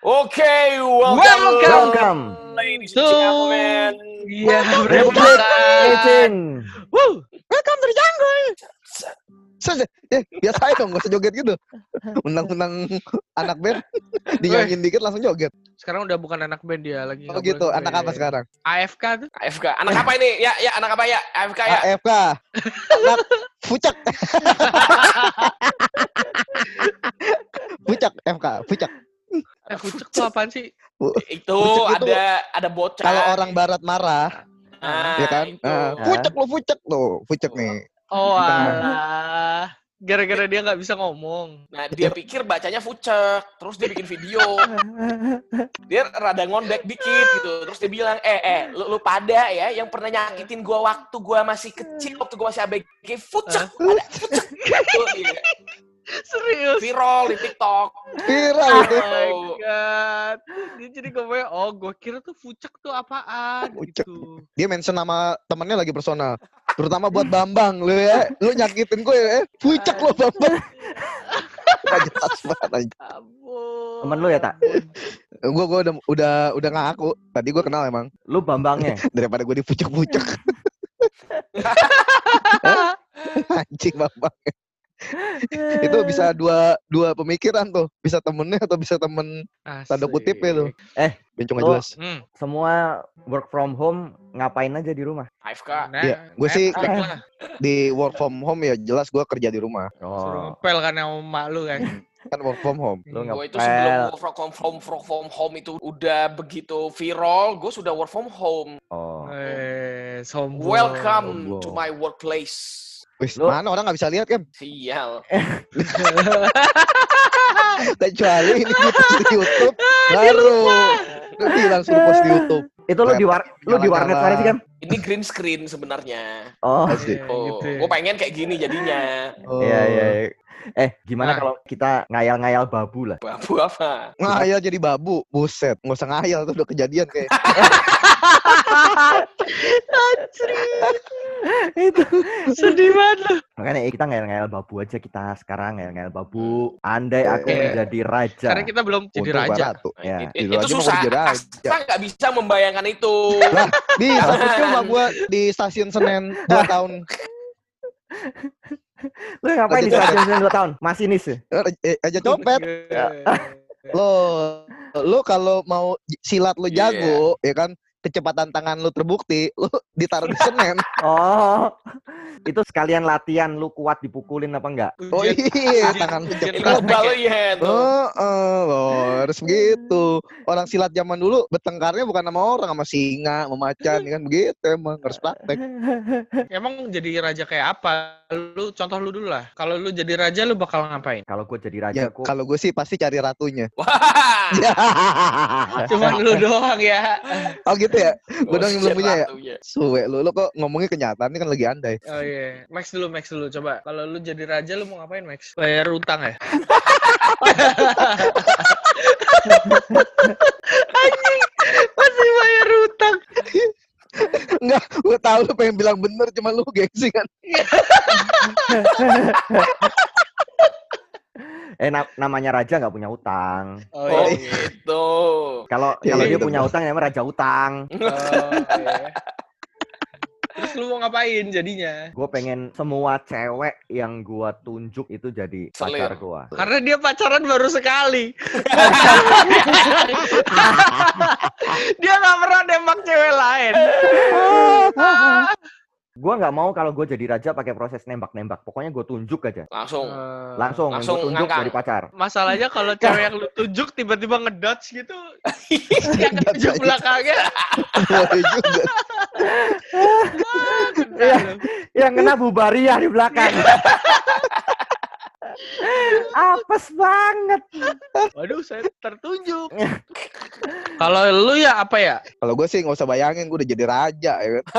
Okay, Welcome. ladies and gentlemen. Iya, Republik Legend. Woo. Welcome to the jungle. Biasa aja dong, gak usah joget gitu. Undang-undang anak band, dinyanyiin dikit langsung joget. Sekarang udah bukan anak band dia lagi. Oh gitu, anak apa sekarang? AFK tuh. AFK. Anak apa ini? Ya, anak apa ya? AFK ya. AFK. Anak fucak. Fucak, FK, fucak. Fucek tuh apaan sih? Itu Fucek itu ada bocah. kalau orang barat marah, ya kan? Itu. Fucek lo, fucek tuh, fucek nih. Oh alah. Gara-gara dia nggak bisa ngomong. Nah, dia pikir bacanya fucek, terus dia bikin video. Dia rada ngondek dikit gitu. Terus dia bilang, lu pada ya yang pernah nyakitin gua waktu gua masih kecil, waktu gua masih ABG, fucek, ada fucek. Tuh, iya. Serius. Viral di TikTok. Viral Oh itu. my god. Dia jadi ngomongnya, gue kira tuh fucek tuh apaan Fucek. gitu. Dia mention nama temennya lagi personal. Terutama buat Bambang, lu ya. Lu nyakitin gue ya. Fucek lo Bambang. Gak jelas banget aja. Ampun. Temen lu ya, Tak? Gue udah ngaku. Tadi gue kenal emang. Lu Bambangnya. Daripada gue dipucek-pucek. Anjing Bambang. Itu bisa dua pemikiran tuh. Bisa temennya atau bisa temen tanda kutip ya tuh. Bencong gak lo- jelas. Semua work from home ngapain aja di rumah? AFK. Nah, Iya, gue sih Netflix lah. di work from home ya jelas gue kerja di rumah. Suruh ngepel kan sama emak lu kan. Kan work from home. Lu Gue itu ngepel. sebelum work from home itu udah begitu viral, gue sudah work from home. Oh. Sombong. Welcome Sombong. to my workplace. Wis, Lu- mana orang gak bisa lihat kan? Sial. Kecuali ini di YouTube baru. Lu bilang suruh post di YouTube. Itu lu di warnet mana sih, Kam? Ini green screen sebenarnya. Oh. Asik. Oh, gitu ya. gue pengen kayak gini jadinya. Oh. Iya. Gimana Nah. kalau kita ngayal-ngayal babu lah? Babu apa? Ngayal jadi babu, buset. Nggak usah ngayal tuh udah kejadian kayak. Itu. Sedih banget lu. Makanya kita ngayal-ngayal babu aja kita sekarang ngayal-ngayal babu. Andai aku Oke. menjadi raja. Karena kita belum jadi Untung raja. Baratu. Ya. Gila, Itu dia mau susah. jadi raja. Asta nggak bisa membayangkan itu. Lah, bisa percuma gua di stasiun Senen 2 tahun. Lu ngapain di stasiun 2 tahun? Masinis ya? Aja copet. Lo kalau mau silat lo jago, ya kan? Kecepatan tangan lu terbukti, lu ditaruh di Senen. Oh. Itu sekalian latihan lu kuat dipukulin apa enggak? Oh iya, tangan lu Ini cepet. global ya tuh. Oh, harus begitu. Orang silat zaman dulu bertengkarnya bukan sama orang, sama singa, sama macan, kan begitu emang harus praktek. Emang jadi raja kayak apa? Lu contoh lu dulu lah. Kalau lu jadi raja lu bakal ngapain? Kalau gue jadi raja, Ya, kalau gue sih pasti cari ratunya. Wah. Ya. Cuman lu doang ya. Oh gitu ya? Gue dong yang belum punya ya? Ratunya. Suwe lu kok ngomongnya kenyataan ini kan lagi andai. Oh iya. Max dulu coba. Kalau lu jadi raja lu mau ngapain, Max? Bayar utang ya? Anjing, masih bayar utang. Enggak, gue tahu lu pengen bilang bener, cuma lu gengsi kan. Namanya raja nggak punya utang. Oh, Oh iya. gitu. Kalau Ya, dia gitu. punya utang, namanya raja utang. Oh, iya. Terus lu mau ngapain jadinya? Gue pengen semua cewek yang gue tunjuk itu jadi Selir. pacar gue. Karena dia pacaran baru sekali. Dia nggak pernah nembak cewek lain. Gue nggak mau kalau gue jadi raja pakai proses nembak-nembak. Pokoknya gue tunjuk aja. Langsung. Langsung yang gue tunjuk ngangkang. jadi pacar. Masalahnya kalau cewek yang lu tunjuk tiba-tiba ngedodge gitu, yang tunjuk belakangnya, Boleh juga. Iya. Yang kena bubaria di belakang. Apes banget. waduh saya tertunjuk. Kalau lu ya apa ya? Kalau gue sih nggak usah bayangin, gue udah jadi raja ya kan.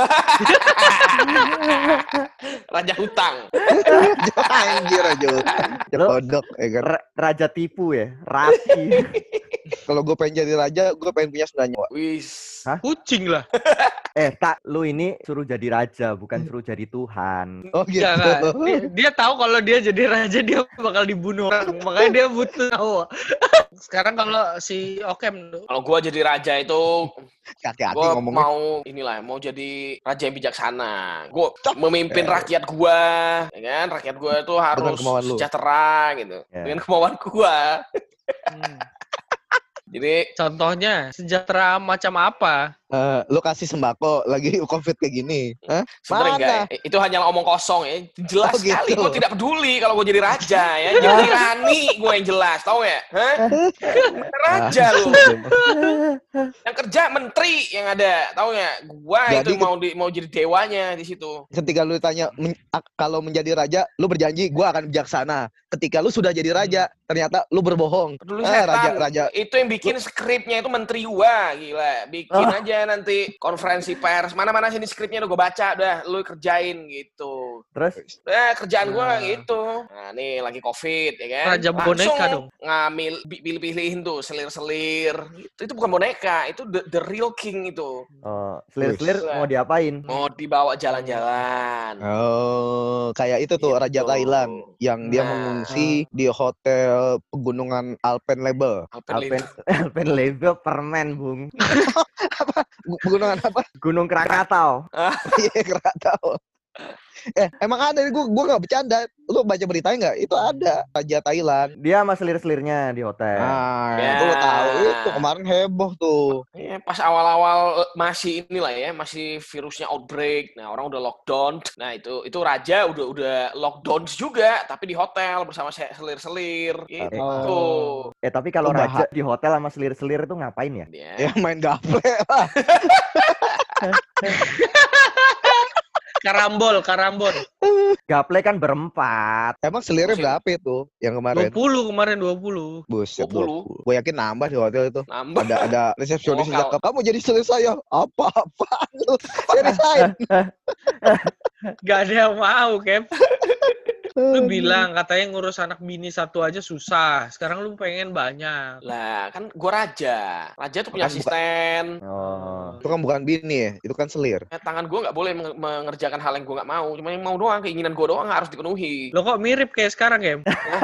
Raja hutang. Anjir aja. Kodok ya kan. Raja tipu ya, rapi. Kalau gue pengen jadi raja, gue pengen punya 9 nyawa. Wis. Hah? Kucing lah. Tak, lu ini suruh jadi raja, bukan suruh jadi Tuhan. Oh gitu. Enggak. Dia tahu kalau dia jadi raja dia bakal dibunuh orang. Makanya dia butuh tahu. Sekarang kalau si Okem tuh. Kalau gue jadi raja itu, Hati-hati gue ngomongnya. mau jadi raja yang bijaksana. Gue memimpin rakyat gue, ya kan? Rakyat gue itu harus kemauan lu. sejahtera gitu, dengan kemauan gue. Jadi Contohnya sejahtera macam apa? Lu kasih sembako lagi COVID kayak gini. Hah? sebenarnya enggak, Mana? itu hanya omong kosong ya. Jelas Oh, gitu. sekali, gue tidak peduli kalau gue jadi raja ya. Jadi tirani gue yang jelas, tau ya? Hah? Raja lu. Yang kerja menteri yang ada, tau ya? Gue Jadi itu mau jadi dewanya di situ. Ketika lu tanya kalau menjadi raja, lu berjanji gua akan bijaksana. Ketika lu sudah jadi raja, ternyata lu berbohong. Peduli setan. Raja. Itu yang bikin skripnya itu menteri gua, gila. Bikin aja nanti konferensi pers. Mana-mana sini skripnya udah gua baca, udah lu kerjain gitu. Terus? Kerjaan gua gitu. Nah, nih lagi COVID ya kan. Raja boneka dong. Ngambil pilih-pilihin tuh selir-selir. Itu bukan boneka, itu the real king itu. Selir-selir mau diapain? Mau dibawa jalan-jalan. Oh, kayak itu tuh Gitu. Raja Thailand yang dia mengungsi di hotel pegunungan Alpenlebe. Alpenlebe permen, Bung. Pegunungan apa? Gunung Krakatau. Iya, Krakatau. Emang ada, gue gak bercanda. Lu baca beritanya gak? Itu ada Raja Thailand. Dia sama selir-selirnya di hotel. Itu lo tahu itu kemarin heboh tuh. Ya, pas awal-awal masih inilah ya, masih virusnya outbreak. Nah, orang udah lockdown. Nah, itu raja udah lockdown juga, tapi di hotel bersama selir-selir gitu. Tapi kalau raja di hotel sama selir-selir itu ngapain ya? Ya main gaple lah. Karambol. Gaple kan berempat. Emang selirnya berapa itu yang kemarin? 20 kemarin 20. Buset, 20. Gue yakin nambah di hotel itu. Nambah. Ada resepsionis yang cakep. Kamu jadi selir saya. Apa-apaan lu? Saya resign. Gak ada yang mau, Kem. Lu bilang katanya ngurus anak bini satu aja susah. Sekarang lu pengen banyak. Lah, kan gue raja. Raja tuh punya asisten. Itu kan bukan bini ya, itu kan selir. Tangan gue nggak boleh mengerjakan hal yang gue nggak mau. Cuma yang mau doang, keinginan gue doang harus dipenuhi. Lo kok mirip kayak sekarang, Kem?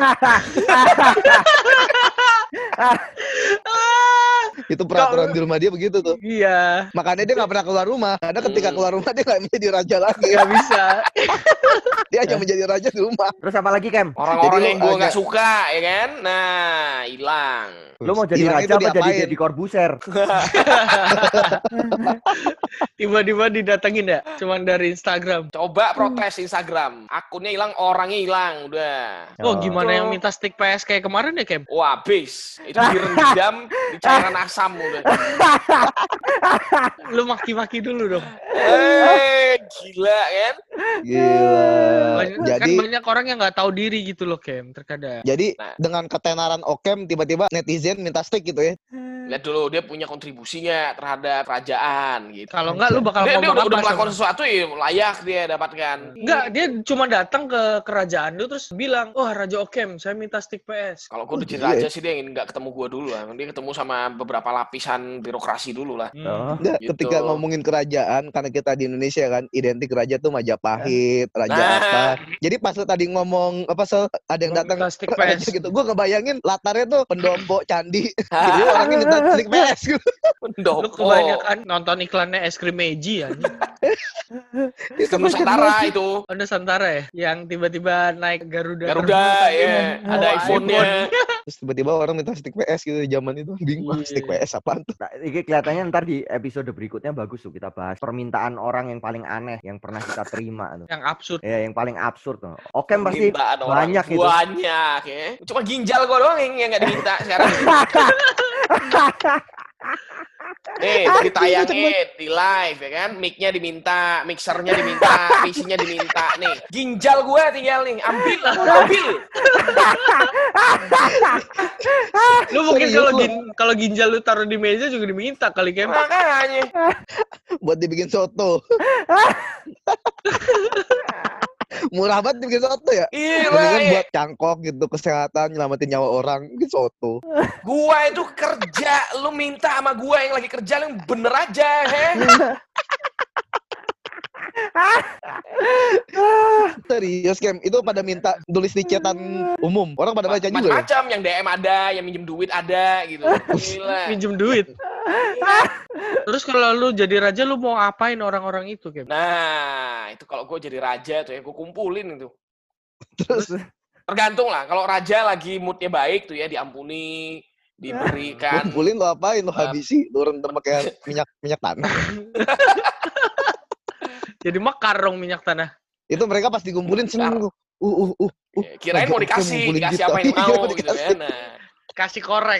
Itu peraturan di rumah dia begitu tuh. Iya. Makanya dia nggak pernah keluar rumah. Karena ketika keluar rumah dia nggak menjadi raja lagi. Gak bisa. Dia hanya menjadi raja di rumah. Terus apa lagi, Kem? Orang-orang yang gue nggak suka, ya kan? Nah, hilang. Lu mau jadi raja apa jadi Deddy Corbuzier? Tiba-tiba didatengin ya? Cuman dari Instagram. Coba protes Instagram. Akunnya hilang, orangnya hilang. Udah. Oh, gimana yang minta stick PS kayak kemarin ya, Kem? Wah, habis. Itu direndam di cairan asam udah. Lu maki-maki dulu dong. Gila kan? Gila. Kan banyak orang yang nggak tahu diri gitu loh, Kem, terkadang. Jadi dengan ketenaran Okem tiba-tiba netizen minta stick gitu ya. Lihat dulu dia punya kontribusinya terhadap kerajaan gitu. Kalau enggak lu bakal dia ngomong udah apa melakukan sesuatu ya layak dia dapatkan. Enggak, dia cuma datang ke kerajaan lu terus bilang, "Wah, Raja Okem, saya minta stick PS." Kalau gue udah jadi raja sih dia ingin nggak ketemu gue dulu lah. Dia ketemu sama beberapa lapisan birokrasi dulu lah. Enggak, Gitu. ketika ngomongin kerajaan, karena kita di Indonesia kan identik raja tuh Majapahit, raja apa. Jadi pas lu tadi ngomong apa ada yang datang raja gitu, gue ngebayangin latarnya tuh pendopo candi. Jadi orangnya minta stick PS gitu. Lu kebanyakan nonton iklannya es krim Meiji ya. Itu Nusantara itu. Oh, Nusantara ya? Yang tiba-tiba naik Garuda ya. Ada iPhone-nya. Terus tiba-tiba orang minta stick PS gitu di zaman itu. Bingung stick PS apaan tuh. Nah, ini kelihatannya ntar di episode berikutnya bagus tuh kita bahas permintaan orang yang paling aneh yang pernah kita terima tuh. Yang absurd. Ya, yang paling absurd tuh. Oke, pasti banyak itu. Banyak ya. Cuma ginjal gua doang yang nggak diminta sekarang. Nih, ditayangin di live ya kan, mic-nya diminta, mixernya diminta, PC-nya diminta. Nih, ginjal gue tinggal nih, ambil. Lu mungkin kalau ginjal lu taruh di meja juga diminta kali, Kem. Makanya. Buat dibikin soto. Murah banget bikin soto ya. Iya, buat cangkok gitu, kesehatan, nyelamatin nyawa orang, bikin soto. Gua itu kerja, lu minta sama gua yang lagi kerja yang bener aja, he. Serius, Kem. Itu pada minta tulis di chatan umum. Orang pada baca juga. Macam-macam, yang DM ada, yang minjem duit ada gitu. Gila. Minjem duit. Terus kalau lu jadi raja, lu mau apain orang-orang itu, Kem? Nah, itu kalau gue jadi raja tuh ya, gue kumpulin itu. Terus Tergantung lah, kalau raja lagi moodnya baik tuh ya, diampuni, diberikan. kumpulin lo apain? Lo habisi, lo rendam pakai minyak tanah. Jadi mekar dong minyak tanah. Itu mereka pas dikumpulin seneng tuh. Kirain mau dikasih apa yang mau gitu ya. Nah, Kasih korek.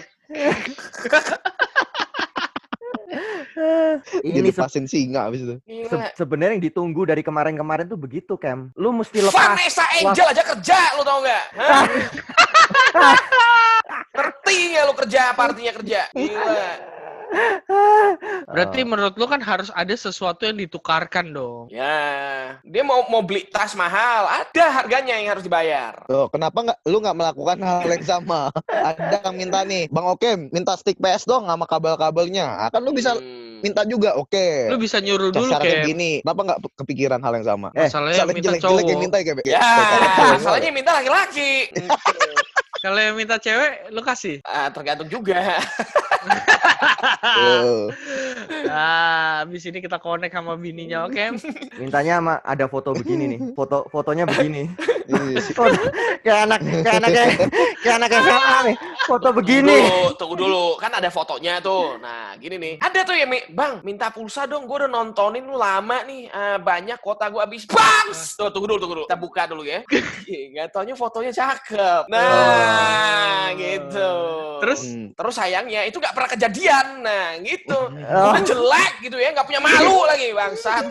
Jadi pasin singa abis itu. Sebenarnya yang ditunggu dari kemarin-kemarin tuh begitu, Kem. Lu mesti lepas. Vanessa Angel aja kerja, lu tau nggak? Ngerti nggak lu kerja apa artinya kerja? Gila. Berarti menurut lu kan harus ada sesuatu yang ditukarkan dong. Ya, dia mau beli tas mahal, ada harganya yang harus dibayar. Tuh, kenapa lu nggak melakukan hal yang sama? Ada yang minta nih, Bang Okem, minta stick PS dong sama kabel-kabelnya. Kan lu bisa minta juga, oke. Lu bisa nyuruh dulu, syaratnya Kem. gini. Kenapa nggak kepikiran hal yang sama? Masalahnya Saling minta jelek-jelek cowok. yang minta ya, Kem. Ya, masalahnya minta laki-laki. Kalau yang minta cewek, lu kasih. Tergantung juga. Abis ini kita connect sama bininya, oke? Mintanya sama ada foto begini nih. Fotonya begini. Kayak anak SMA nih. Foto begini. Tunggu dulu. Kan ada fotonya tuh. Nah, gini nih. Ada tuh ya, Bang, minta pulsa dong. Gue udah nontonin lu lama nih. Banyak kuota gue habis. Bang! Tuh, tunggu dulu. Kita buka dulu ya. Nggak taunya fotonya cakep. Nah, gitu. Terus sayangnya itu nggak pernah kejadian. Nah, gitu. Udah jelek gitu ya. Nggak punya malu lagi, bangsat.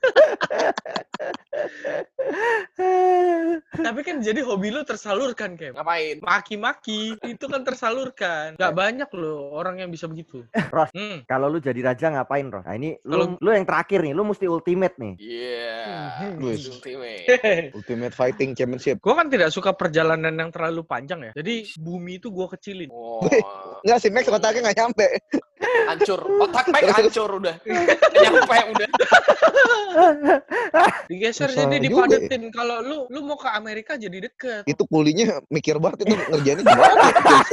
Tapi kan jadi hobi lu tersalurkan, Kem. Ngapain? Maki-maki. Itu kan tersalurkan. Gak banyak loh orang yang bisa begitu. Ros, kalau lu jadi raja ngapain, Ros? Nah, ini lu yang terakhir nih. Lu mesti ultimate nih. Iya. Ultimate. Ultimate Fighting Championship. Gue kan tidak suka perjalanan yang terlalu panjang ya. Jadi bumi itu gue kecilin. Oh. Nggak sih, Max otaknya nggak nyampe. Hancur. Otak Mike hancur udah. Nyampe udah. Digeser Susah jadi juga dipadetin. Kalau lu mau ke Amerika jadi deket. Itu kulinya mikir banget itu ngerjainnya gimana.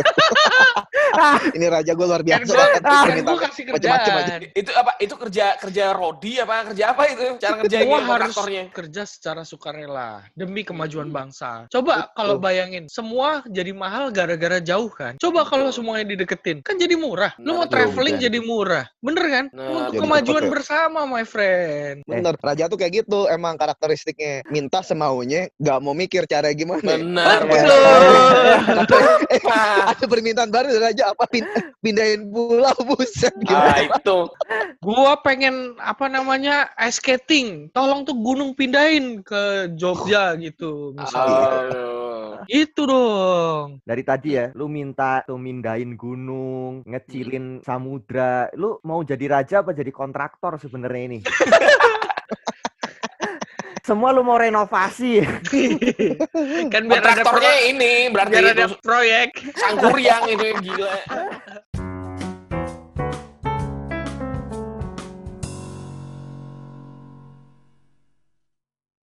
Ini raja gue luar biasa. Gue kasih Macam-macam aja. kerjaan. Itu apa? Itu kerja rodi apa? Kerja apa itu? Cara ngerjain Semua harus kontraktornya. kerja secara sukarela demi kemajuan bangsa. Coba kalau bayangin, semua jadi mahal gara-gara jauh kan. Coba kalau semuanya dideketin, kan jadi murah. Lu mau traveling jadi murah. Bener kan? Untuk kemajuan bersama, my friend. Bener, raja tuh kayak gitu emang karakteristiknya. Minta semaunya, nggak mau mikir cara gimana. Benar. Ada permintaan baru dari raja apa? Pindahin pulau, buset. Itu. Gua pengen ice skating. Tolong tuh gunung pindahin ke Jogja gitu misalnya. Itu dong. Dari tadi ya, lu minta tuh mindahin gunung, ngecilin samudra. Lu mau jadi raja apa jadi kontraktor sebenarnya ini? Semua lu mau renovasi. Kan biar kontraktornya ini berarti biar itu ada proyek. Sangkuriang itu yang gila.